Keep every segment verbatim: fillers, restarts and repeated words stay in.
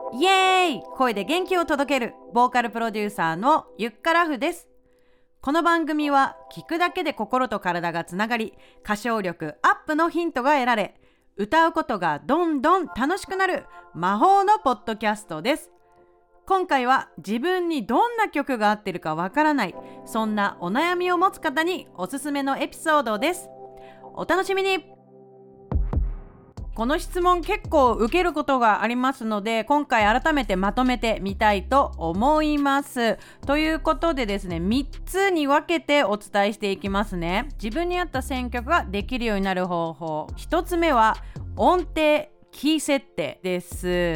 イエーイ、声で元気を届けるボーカルプロデューサーのゆっからふです。この番組は聞くだけで心と体がつながり、歌唱力アップのヒントが得られ、歌うことがどんどん楽しくなる魔法のポッドキャストです。今回は自分にどんな曲が合ってるかわからない、そんなお悩みを持つ方におすすめのエピソードです。お楽しみに。この質問結構受けることがありますので、今回改めてまとめてみたいと思います。ということでですね、みっつに分けてお伝えしていきますね。自分に合った選曲ができるようになる方法。ひとつめは音程キー設定です。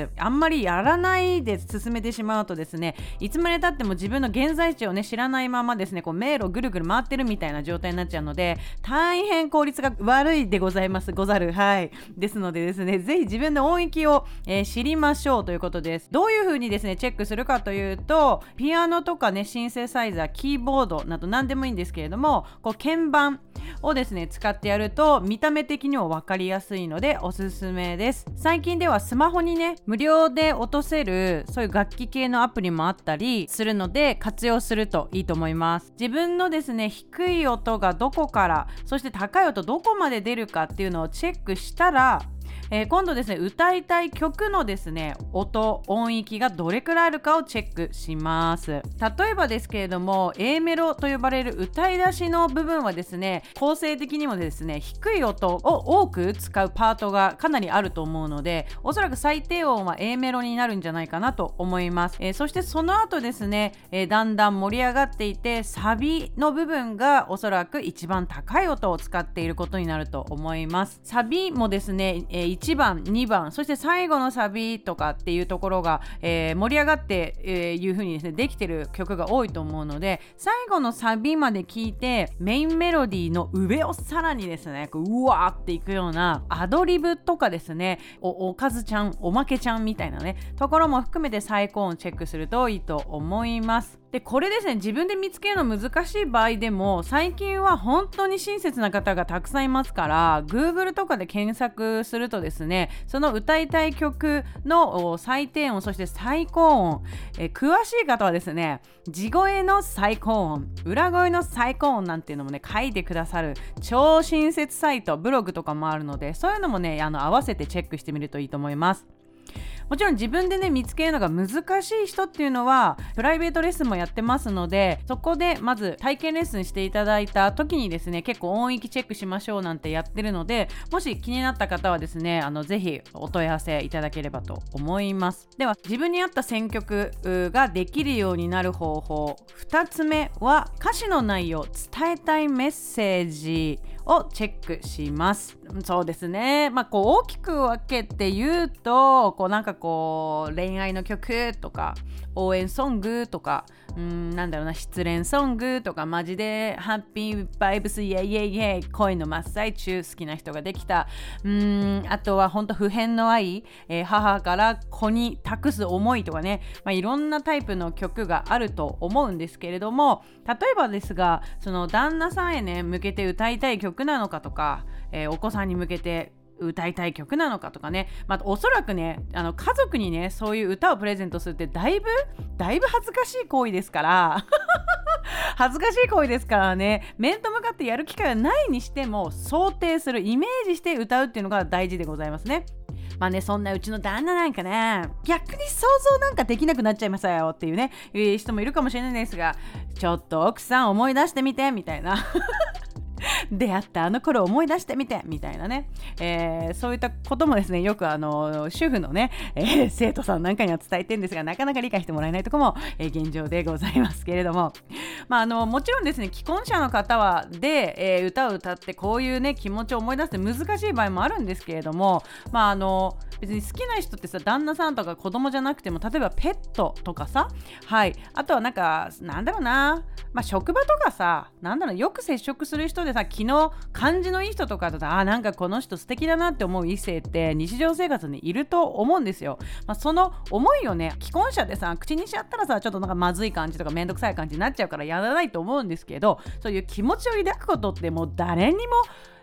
あんまりやらないで進めてしまうとですね、いつまで経っても自分の現在地をね知らないままですね、こう迷路ぐるぐる回ってるみたいな状態になっちゃうので、大変効率が悪いでございますござる。はいですのでですね、ぜひ自分の音域を、えー、知りましょうということです。どういう風にですねチェックするかというと、ピアノとかね、シンセサイザー、キーボードなど何でもいいんですけれども、こう鍵盤をですね使ってやると見た目的にも分かりやすいのでおすすめです。最近ではスマホにね無料で落とせるそういう楽器系のアプリもあったりするので、活用するといいと思います。自分のですね低い音がどこから、そして高い音どこまで出るかっていうのをチェックしたら、えー、今度ですね歌いたい曲のですね音音域がどれくらいあるかをチェックします。例えばですけれども A メロと呼ばれる歌い出しの部分はですね、構成的にもですね低い音を多く使うパートがかなりあると思うので、おそらく最低音は A メロになるんじゃないかなと思います。えー、そしてその後ですね、えー、だんだん盛り上がっていて、サビの部分がおそらく一番高い音を使っていることになると思います。サビもですね、えーいちばんにばん、そして最後のサビとかっていうところが、えー、盛り上がって、えー、いう風にですねできてる曲が多いと思うので、最後のサビまで聴いてメインメロディーの上をさらにですねうわーっていくようなアドリブとかですね、 お, おかずちゃんおまけちゃんみたいなねところも含めて最高音チェックするといいと思います。でこれですね、自分で見つけるの難しい場合でも最近は本当に親切な方がたくさんいますから、 Google とかで検索するとですね、その歌いたい曲の最低音、そして最高音、え詳しい方はですね地声の最高音、裏声の最高音なんていうのもね書いてくださる超親切サイト、ブログとかもあるので、そういうのもねあの合わせてチェックしてみるといいと思います。もちろん自分でね見つけるのが難しい人っていうのはプライベートレッスンもやってますので、そこでまず体験レッスンしていただいた時にですね結構音域チェックしましょうなんてやってるので、もし気になった方はですねあのぜひお問い合わせいただければと思います。では自分に合った選曲ができるようになる方法、ふたつめは歌詞の内容、伝えたいメッセージをチェックします。そうですね、まあこう大きく分けて言うと、こうなんかこう恋愛の曲とか応援ソングとか、うーんなんだろうな、失恋ソングとか、マジでハッピーバイブスイエイイエイイエイ、恋の真っ最中、好きな人ができた、うーんあとは本当普遍の愛、えー、母から子に託す思いとかね、まあ、いろんなタイプの曲があると思うんですけれども、例えばですがその旦那さんへね向けて歌いたい曲なのかとか、えー、お子さんに向けて歌いたい曲なのかとかね、まあ、おそらくねあの家族にねそういう歌をプレゼントするってだいぶだいぶ恥ずかしい行為ですから恥ずかしい行為ですからね、面と向かってやる機会はないにしても想定する、イメージして歌うっていうのが大事でございますね。まあね、そんなうちの旦那なんかね逆に想像なんかできなくなっちゃいましたよっていうねいう人もいるかもしれないですが、ちょっと奥さん思い出してみてみたいな出会ったあの頃思い出してみてみたいなね、えー、そういったこともですねよくあの主婦のね、えー、生徒さんなんかには伝えてるんですが、なかなか理解してもらえないところも、えー、現状でございますけれども、まあ、あのもちろんですね既婚者の方はで、えー、歌を歌ってこういうね気持ちを思い出すって難しい場合もあるんですけれども、まああの別に好きな人ってさ、旦那さんとか子供じゃなくても、例えばペットとかさ、はい、あとはなんかなんだろうな、まあ、職場とかさ、なんだろう、よく接触する人でさ、昨日感じのいい人とかだと、あ、なんかこの人素敵だなって思う異性って日常生活にいると思うんですよ。まあ、その思いをね既婚者でさ口にしちゃったらさ、ちょっとなんかまずい感じとかめんどくさい感じになっちゃうからやらないと思うんですけど、そういう気持ちを抱くことってもう誰にも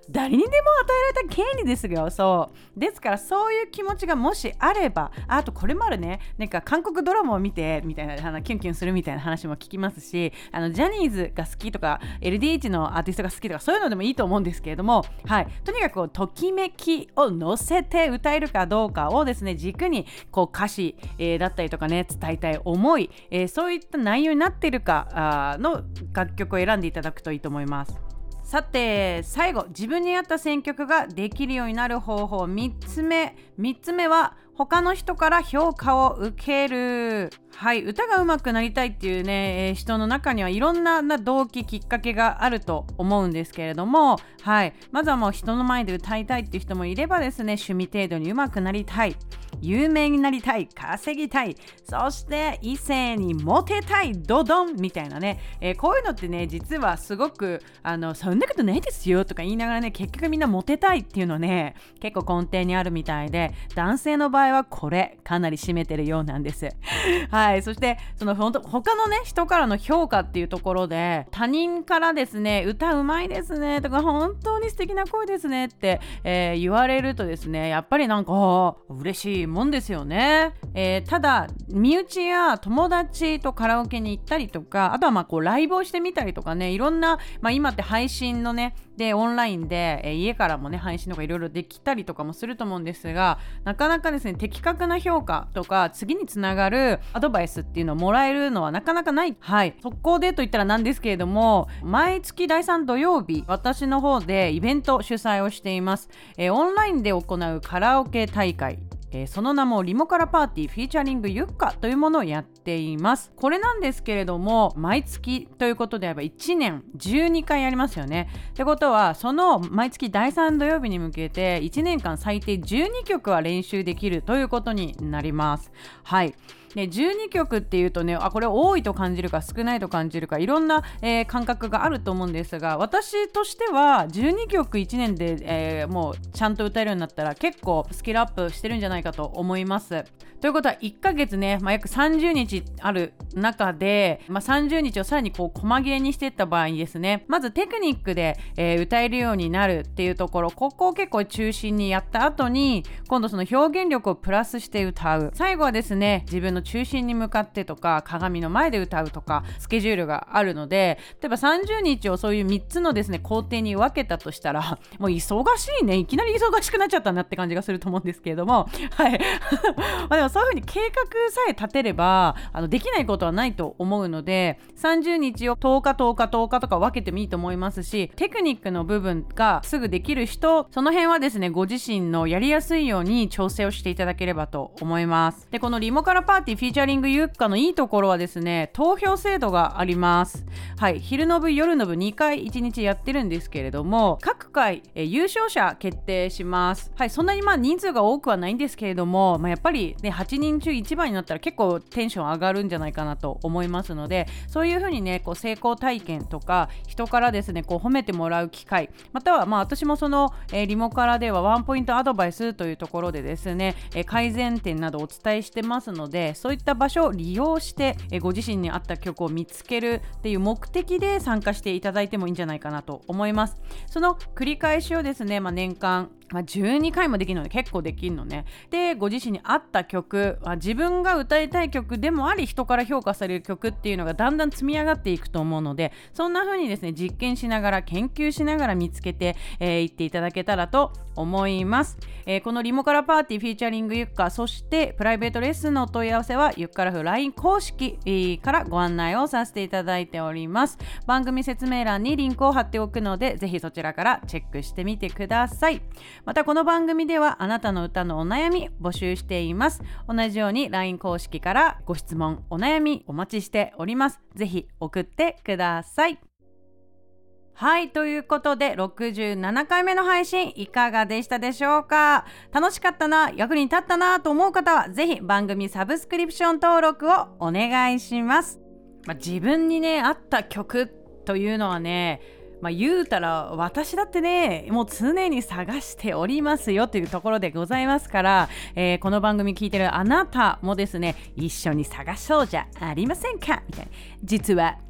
誰にでも与えられた権利ですよ。そうですから、そういう気持ちがもしあれば、あとこれもあるね、なんか韓国ドラマを見てみたいな、あのキュンキュンするみたいな話も聞きますし、あのジャニーズが好きとか エルディーエイチ のアーティストが好きとかそういうのでもいいと思うんですけれども、はい、とにかくこうときめきを乗せて歌えるかどうかをですね軸にこう歌詞、えー、だったりとかね、伝えたい思い、えー、そういった内容になっているかあの楽曲を選んでいただくといいと思います。さて最後、自分に合った選曲ができるようになる方法みっつめみっつめは他の人から評価を受ける。はい、歌が上手くなりたいっていうね、えー、人の中にはいろんな動機きっかけがあると思うんですけれども、はい、まずはもう人の前で歌いたいっていう人もいればですね、趣味程度に上手くなりたい、有名になりたい、稼ぎたい、そして異性にモテたい、ドドンみたいなね、えー、こういうのってね、実はすごくあのそんなことないですよとか言いながらね、結局みんなモテたいっていうのね、結構根底にあるみたいで、男性の場合はこれかなり占めてるようなんですはい、そしてそのほんと他のね人からの評価っていうところで、他人からですね、歌うまいですねとか本当に素敵な声ですねって、えー、言われるとですね、やっぱりなんかあ嬉しいもんですよね。えー、ただ身内や友達とカラオケに行ったりとか、あとはまあこうライブをしてみたりとかね、いろんな、まあ、今って配信のねでオンラインで、えー、家からもね配信とかいろいろできたりとかもすると思うんですが、なかなかですね的確な評価とか次につながるアドバイスっていうのをもらえるのはなかなかない。はい、そこでといったらなんですけれども、毎月だいさん土曜日私の方でイベント主催をしています。えー、オンラインで行うカラオケ大会、えー、その名もリモカラパーティーフィーチャリングユッカというものをやっています。これなんですけれども、毎月ということであればいちねんじゅうにかいやりますよね。ってことはその毎月だいさん土曜日に向けていちねんかん最低じゅうにきょくは練習できるということになります。はい、でじゅうにきょくっていうとね、あこれ多いと感じるか少ないと感じるかいろんな、えー、感覚があると思うんですが、私としてはじゅうにきょくいちねんで、えー、もうちゃんと歌えるようになったら結構スキルアップしてるんじゃないかと思います。ということはいっかげつね、まあ、約さんじゅうにちある中で、まあ、さんじゅうにちをさらにこう細切れにしていった場合にですね、まずテクニックで、えー、歌えるようになるっていうところ、ここを結構中心にやった後に、今度その表現力をプラスして歌う、最後はですね自分の中心に向かってとか鏡の前で歌うとかスケジュールがあるので、例えばさんじゅうにちをそういうみっつのですね工程に分けたとしたら、もう忙しいね、いきなり忙しくなっちゃったなって感じがすると思うんですけれども、はいまあでもそういう風に計画さえ立てればあのできないことはないと思うので、さんじゅうにちをとおかとおかとおかとか分けてもいいと思いますし、テクニックの部分がすぐできる人、その辺はですねご自身のやりやすいように調整をしていただければと思います。でこのリモカラパーティーフィーチャリングユッカのいいところはですね、投票制度があります。はい、昼の部夜の部にかいいちにちやってるんですけれども、各回え優勝者決定します。はい、そんなにまあ人数が多くはないんですけれども、まあ、やっぱりねはちにんちゅういちばんになったら結構テンション上がるんじゃないかなと思いますので、そういう風にねこう成功体験とか人からですねこう褒めてもらう機会、またはまあ私もその、えー、リモカラではワンポイントアドバイスというところでですね、えー、改善点などをお伝えしてますので、そういった場所を利用して、えー、ご自身に合った曲を見つけるっていう目的で参加していただいてもいいんじゃないかなと思います。その繰り返しをですね、まあ、年間まあ、じゅうにかいもできるので結構できるのね。でご自身に合った曲、まあ、自分が歌いたい曲でもあり人から評価される曲っていうのがだんだん積み上がっていくと思うので、そんな風にですね実験しながら研究しながら見つけてい、えー、っていただけたらと思います。えー、このリモカラパーティーフィーチャリングユッカ、そしてプライベートレッスンのお問い合わせはユッカラフ ライン 公式からご案内をさせていただいております。番組説明欄にリンクを貼っておくので、ぜひそちらからチェックしてみてください。またこの番組ではあなたの歌のお悩み募集しています。同じように ライン 公式からご質問お悩みお待ちしております。ぜひ送ってください。はい、ということでろくじゅうななかいめの配信いかがでしたでしょうか。楽しかったな、役に立ったなと思う方はぜひ番組サブスクリプション登録をお願いします。まあ、自分にね合った曲というのはね、まあ、言うたら私だってねもう常に探しておりますよというところでございますから、えー、この番組聞いてるあなたもですね一緒に探そうじゃありませんかみたいな。実は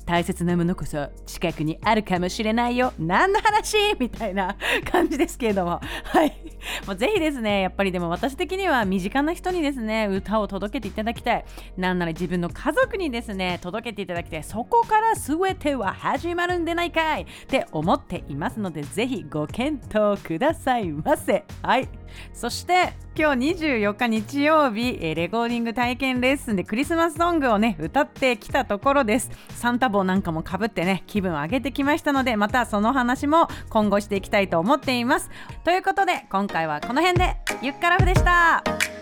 大切なものこそ近くにあるかもしれないよ。何の話みたいな感じですけれども、はい、もうぜひですね、やっぱりでも私的には身近な人にですね、歌を届けていただきたい。なんなら自分の家族にですね、届けていただきたい。そこから全ては始まるんでないかいって思っていますので、ぜひご検討くださいませ。はい。そして今日にじゅうよっか日曜日、レコーディング体験レッスンでクリスマスソングをね歌ってきたところです。サンタ帽なんかもかぶってね気分を上げてきましたので、またその話も今後していきたいと思っています。ということで今回はこの辺でゆっからふでした。